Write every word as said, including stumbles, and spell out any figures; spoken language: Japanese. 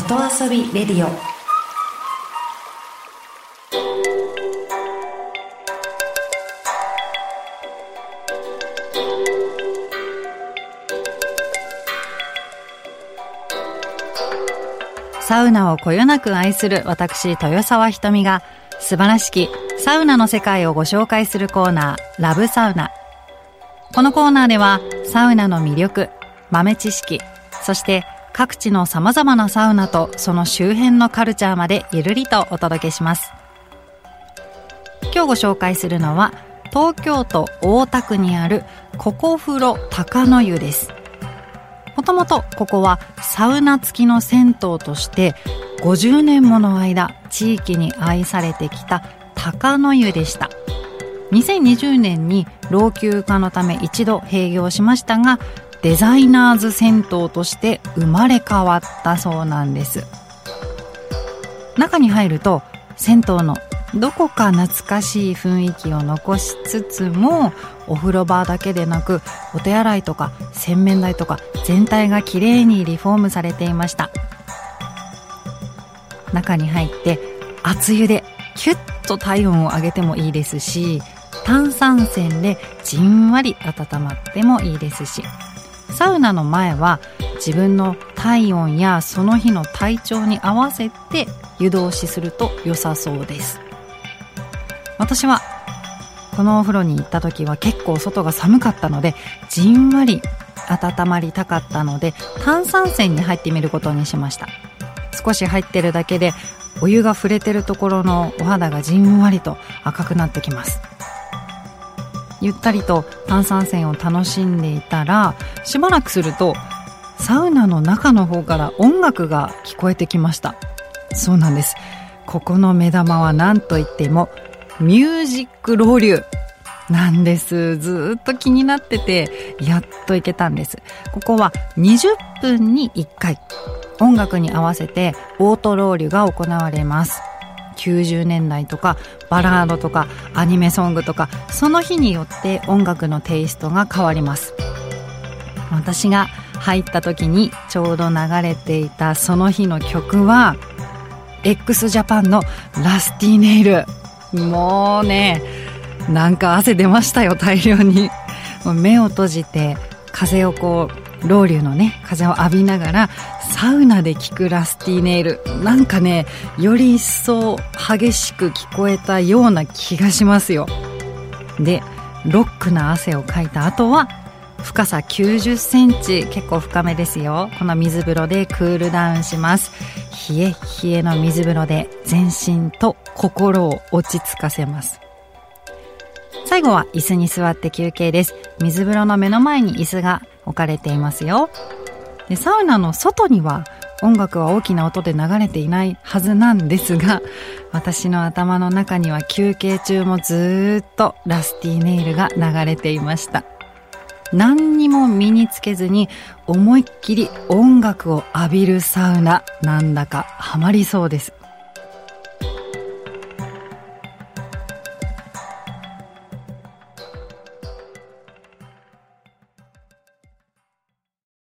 外遊びレディオ。サウナをこよなく愛する私豊沢ひとみが素晴らしきサウナの世界をご紹介するコーナー、ラブサウナ。このコーナーではサウナの魅力、豆知識、そして各地の様々なサウナとその周辺のカルチャーまでゆるりとお届けします。今日ご紹介するのは東京都大田区にあるココ風呂高野湯です。もともとここはサウナ付きの銭湯としてごじゅうねんもの間地域に愛されてきた高野湯でした。にせんにじゅうねんに老朽化のため一度閉業しましたが、デザイナーズ銭湯として生まれ変わったそうなんです。中に入ると銭湯のどこか懐かしい雰囲気を残しつつも、お風呂場だけでなくお手洗いとか洗面台とか全体がきれいにリフォームされていました。中に入って熱湯でキュッと体温を上げてもいいですし、炭酸泉でじんわり温まってもいいですし、サウナの前は自分の体温やその日の体調に合わせて湯通しすると良さそうです。私はこのお風呂に行った時は結構外が寒かったので、じんわり温まりたかったので炭酸泉に入ってみることにしました。少し入ってるだけでお湯が触れてるところのお肌がじんわりと赤くなってきます。ゆったりと炭酸泉を楽しんでいたら、しばらくするとサウナの中の方から音楽が聞こえてきました。そうなんです。ここの目玉は何といってもミュージックロウリュなんです。ずっと気になっててやっと行けたんです。ここはにじゅっぷんにいっかい音楽に合わせてオートロウリュが行われます。きゅうじゅうねんだいとかバラードとかアニメソングとか、その日によって音楽のテイストが変わります。私が入った時にちょうど流れていたその日の曲は x ジャパンのラスティネイル。もうね、なんか汗出ましたよ、大量に。もう目を閉じて風をこうロウリュのね風を浴びながらサウナで聴くラスティネイル、なんかねより一層激しく聞こえたような気がしますよ。で、ロックな汗をかいた後は深さきゅうじゅっセンチ、結構深めですよ。この水風呂でクールダウンします。冷え冷えの水風呂で全身と心を落ち着かせます。最後は椅子に座って休憩です。水風呂の目の前に椅子が置かれていますよ。で、サウナの外には音楽は大きな音で流れていないはずなんですが、私の頭の中には休憩中もずっとラスティネイルが流れていました。何にも身につけずに思いっきり音楽を浴びるサウナ、なんだかハマりそうです。